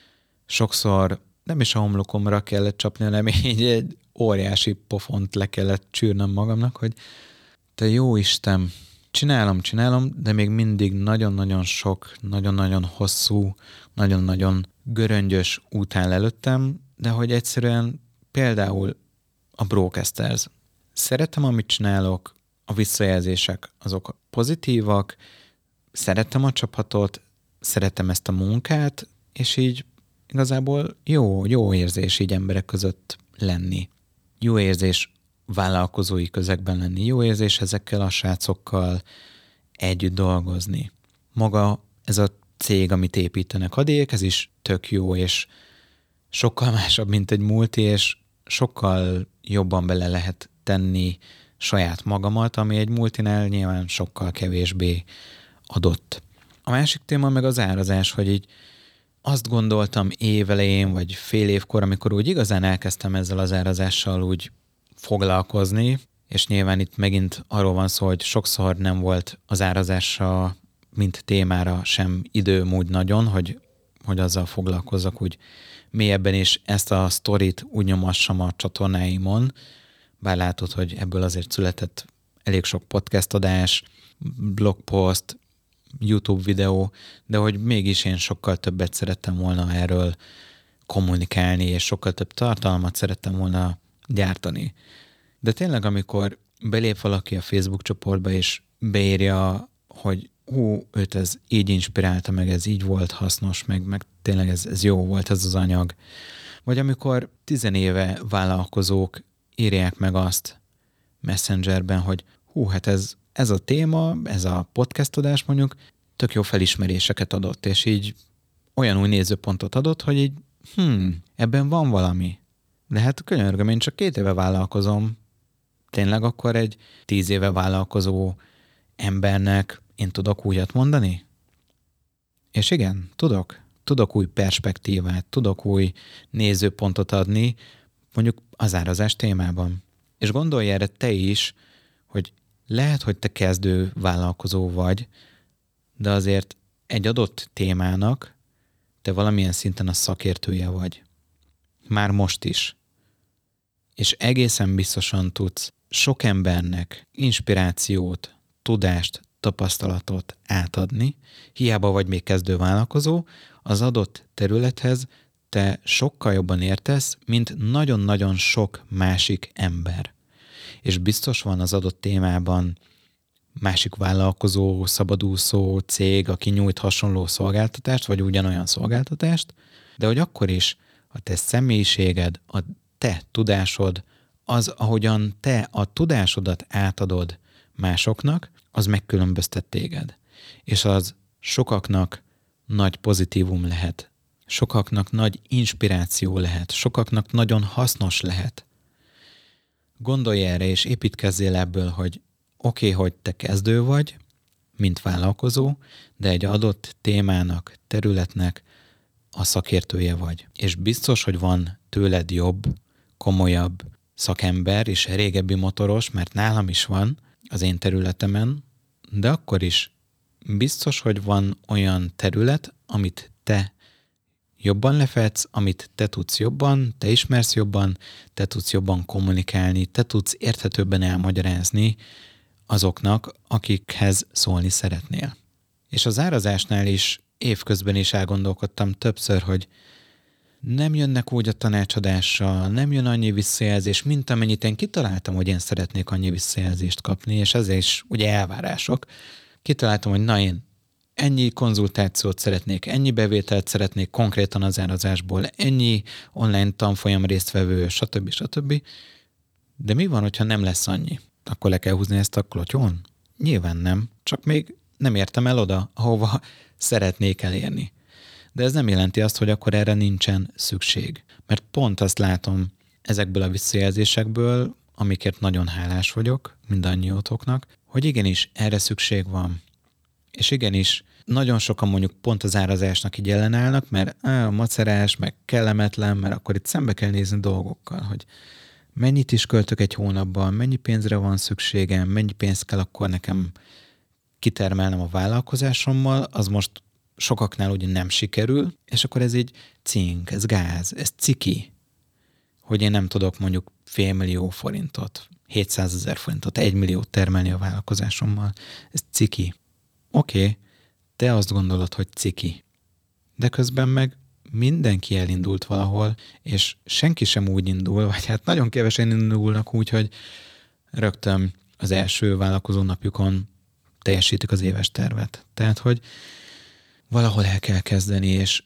sokszor nem is a homlokomra kellett csapni, hanem így egy óriási pofont le kellett csűrnöm magamnak, hogy te jó Isten, csinálom, csinálom, de még mindig nagyon-nagyon sok, nagyon-nagyon hosszú, nagyon-nagyon göröngyös út áll előttem, de hogy egyszerűen például a Brocasters. Szeretem, amit csinálok, a visszajelzések azok pozitívak, szeretem a csapatot, szeretem ezt a munkát, és így igazából jó, jó érzés így emberek között lenni. Jó érzés vállalkozói közegben lenni, jó érzés ezekkel a srácokkal együtt dolgozni. Maga ez a cég, amit építenek adék, ez is tök jó, és sokkal másabb, mint egy multi, és sokkal jobban bele lehet tenni saját magamat, ami egy multinál nyilván sokkal kevésbé adott. A másik téma meg az árazás, hogy így azt gondoltam évelején, vagy fél évkor, amikor úgy igazán elkezdtem ezzel az árazással úgy foglalkozni, és nyilván itt megint arról van szó, hogy sokszor nem volt az árazással, mint témára sem időm úgy nagyon, hogy, hogy azzal foglalkozzak úgy mélyebben, és ezt a sztorit úgy nyomassam a csatornáimon, bár látod, hogy ebből azért született elég sok podcast adás, blogpost, YouTube videó, de hogy mégis én sokkal többet szerettem volna erről kommunikálni, és sokkal több tartalmat szerettem volna gyártani. De tényleg, amikor belép valaki a Facebook csoportba, és beírja, hogy hú, őt ez így inspirálta, meg ez így volt hasznos, meg, meg tényleg ez, ez jó volt ez az anyag. Vagy amikor tizenéve vállalkozók írják meg azt Messengerben, hogy hú, hát ez, ez a téma, ez a podcast adás mondjuk tök jó felismeréseket adott, és így olyan új nézőpontot adott, hogy így hm, ebben van valami. De hát könyörgöm, én csak két éve vállalkozom. Tényleg akkor egy tíz éve vállalkozó embernek én tudok újat mondani? És igen, tudok. Tudok új perspektívát, tudok új nézőpontot adni, mondjuk az árazás témában. És gondolj erre te is, hogy lehet, hogy te kezdő vállalkozó vagy, de azért egy adott témának te valamilyen szinten a szakértője vagy. Már most is. És egészen biztosan tudsz sok embernek inspirációt, tudást, tapasztalatot átadni, hiába vagy még kezdő vállalkozó, az adott területhez te sokkal jobban értesz, mint nagyon-nagyon sok másik ember. És biztos van az adott témában másik vállalkozó, szabadúszó cég, aki nyújt hasonló szolgáltatást, vagy ugyanolyan szolgáltatást, de hogy akkor is a te személyiséged, a te tudásod, az, ahogyan te a tudásodat átadod másoknak, az megkülönböztet téged. És az sokaknak nagy pozitívum lehet. Sokaknak nagy inspiráció lehet. Sokaknak nagyon hasznos lehet. Gondolj erre, és építkezzél ebből, hogy oké, okay, hogy te kezdő vagy, mint vállalkozó, de egy adott témának, területnek a szakértője vagy. És biztos, hogy van tőled jobb, komolyabb szakember és régebbi motoros, mert nálam is van az én területemen, de akkor is biztos, hogy van olyan terület, amit te jobban lefedsz, amit te tudsz jobban, te ismersz jobban, te tudsz jobban kommunikálni, te tudsz érthetőbben elmagyarázni azoknak, akikhez szólni szeretnél. És az árazásnál is évközben is elgondolkodtam többször, hogy nem jönnek úgy a tanácsadással, nem jön annyi visszajelzés, mint amennyit én kitaláltam, hogy én szeretnék annyi visszajelzést kapni, és ezért is ugye elvárások. Kitaláltam, hogy na én ennyi konzultációt szeretnék, ennyi bevételt szeretnék konkrétan az árazásból, ennyi online tanfolyam résztvevő, stb. stb. De mi van, hogyha nem lesz annyi? Akkor le kell húzni ezt a klotyón? Nyilván nem, csak még nem értem el oda, ahova szeretnék elérni. De ez nem jelenti azt, hogy akkor erre nincsen szükség. Mert pont azt látom ezekből a visszajelzésekből, amikért nagyon hálás vagyok mindannyiótoknak, hogy igenis erre szükség van. És igenis nagyon sokan mondjuk pont az árazásnak így ellenállnak, mert á, macerás, meg kellemetlen, mert akkor itt szembe kell nézni dolgokkal, hogy mennyit is költök egy hónapban, mennyi pénzre van szükségem, mennyi pénzt kell akkor nekem kitermelnem a vállalkozásommal, az most sokaknál ugye nem sikerül, és akkor ez így cink, ez gáz, ez ciki, hogy én nem tudok mondjuk félmillió forintot, hétszázezer forintot, egy milliót termelni a vállalkozásommal. Ez ciki. Oké, okay, te azt gondolod, hogy ciki. De közben meg mindenki elindult valahol, és senki sem úgy indul, vagy hát nagyon kevesen indulnak úgy, hogy rögtön az első vállalkozó napjukon teljesítik az éves tervet. Tehát, hogy valahol el kell kezdeni, és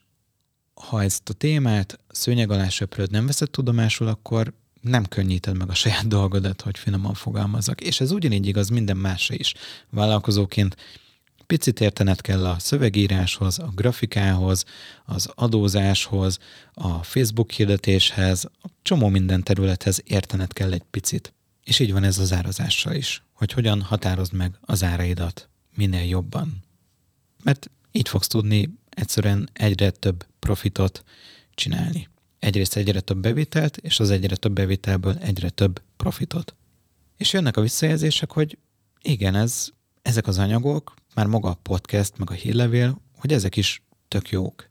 ha ezt a témát szőnyeg alá söpröd, nem veszed tudomásul, akkor nem könnyíted meg a saját dolgodat, hogy finoman fogalmazzak. És ez ugyanígy igaz minden másra is. Vállalkozóként picit értened kell a szövegíráshoz, a grafikához, az adózáshoz, a Facebook hirdetéshez, a csomó minden területhez értened kell egy picit. És így van ez az árazással is, hogy hogyan határozd meg az áraidat minél jobban. Mert így fogsz tudni egyszerűen egyre több profitot csinálni. Egyrészt egyre több bevételt, és az egyre több bevételből egyre több profitot. És jönnek a visszajelzések, hogy igen, ez, ezek az anyagok, már maga a podcast, meg a hírlevél, hogy ezek is tök jók.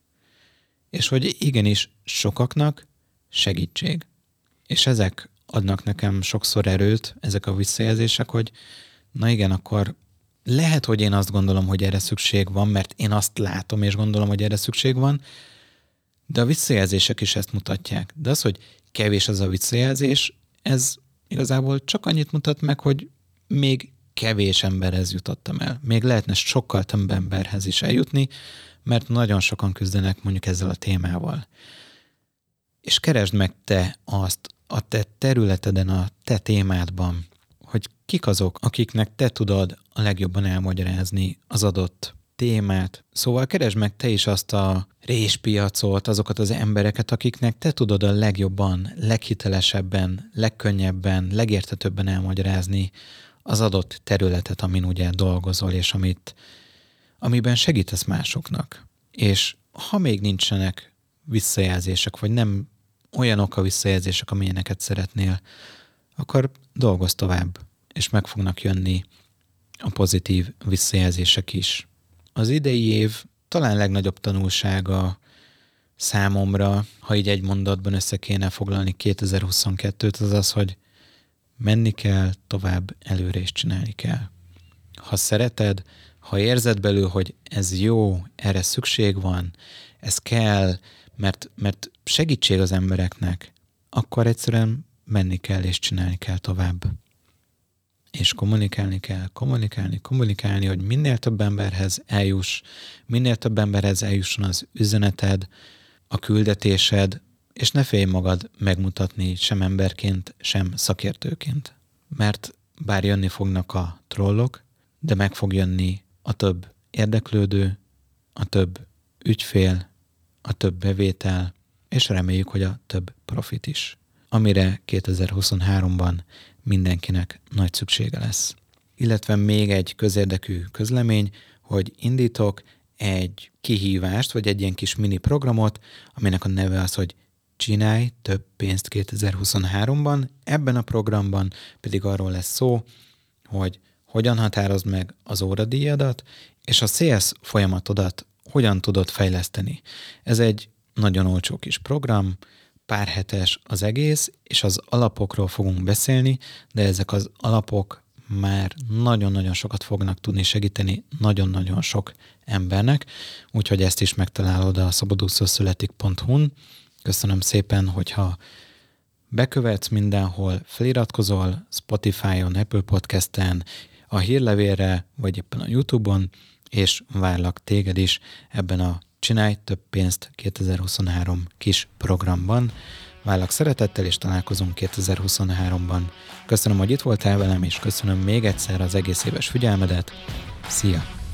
És hogy igenis sokaknak segítség. És ezek adnak nekem sokszor erőt, ezek a visszajelzések, hogy na igen, akkor lehet, hogy én azt gondolom, hogy erre szükség van, mert én azt látom és gondolom, hogy erre szükség van, de a visszajelzések is ezt mutatják. De az, hogy kevés az a visszajelzés, ez igazából csak annyit mutat meg, hogy még kevés emberhez jutottam el. Még lehetne sokkal több emberhez is eljutni, mert nagyon sokan küzdenek mondjuk ezzel a témával. És keresd meg te azt a te területeden, a te témádban, hogy kik azok, akiknek te tudod a legjobban elmagyarázni az adott témát. Szóval keresd meg te is azt a réspiacot, azokat az embereket, akiknek te tudod a legjobban, leghitelesebben, legkönnyebben, legérthetőbben elmagyarázni az adott területet, amin ugye dolgozol, és amit, amiben segítesz másoknak. És ha még nincsenek visszajelzések, vagy nem olyanok a visszajelzések, amilyeneket szeretnél, akkor dolgozz tovább, és meg fognak jönni a pozitív visszajelzések is. Az idei év talán legnagyobb tanulsága számomra, ha így egy mondatban össze kéne foglalni kétezer-huszonkettőt, az az, hogy menni kell, tovább előre is csinálni kell. Ha szereted, ha érzed belül, hogy ez jó, erre szükség van, ez kell, mert, mert segítség az embereknek, akkor egyszerűen menni kell és csinálni kell tovább. És kommunikálni kell, kommunikálni, kommunikálni, hogy minél több emberhez eljuss, minél több emberhez eljusson az üzeneted, a küldetésed, és ne félj magad megmutatni sem emberként, sem szakértőként. Mert bár jönni fognak a trollok, de meg fog jönni a több érdeklődő, a több ügyfél, a több bevétel, és reméljük, hogy a több profit is, amire kétezer-huszonháromban mindenkinek nagy szüksége lesz. Illetve még egy közérdekű közlemény, hogy indítok egy kihívást, vagy egy ilyen kis mini programot, aminek a neve az, hogy csinálj több pénzt kétezer-huszonháromban. Ebben a programban pedig arról lesz szó, hogy hogyan határozd meg az óradíjadat, és a sales folyamatodat hogyan tudod fejleszteni. Ez egy nagyon olcsó kis program, pár hetes az egész, és az alapokról fogunk beszélni, de ezek az alapok már nagyon-nagyon sokat fognak tudni segíteni nagyon-nagyon sok embernek, úgyhogy ezt is megtalálod a szabadúszószületik pont hu-n. Köszönöm szépen, hogyha bekövetsz mindenhol, feliratkozol Spotify-on, Apple Podcast-en, a hírlevélre, vagy éppen a YouTube-on, és várlak téged is ebben a Csinálj több pénzt kétezer-huszonhárom kis programban. Várlak szeretettel, és találkozunk kétezer-huszonháromban. Köszönöm, hogy itt voltál velem, és köszönöm még egyszer az egész éves figyelmedet. Szia!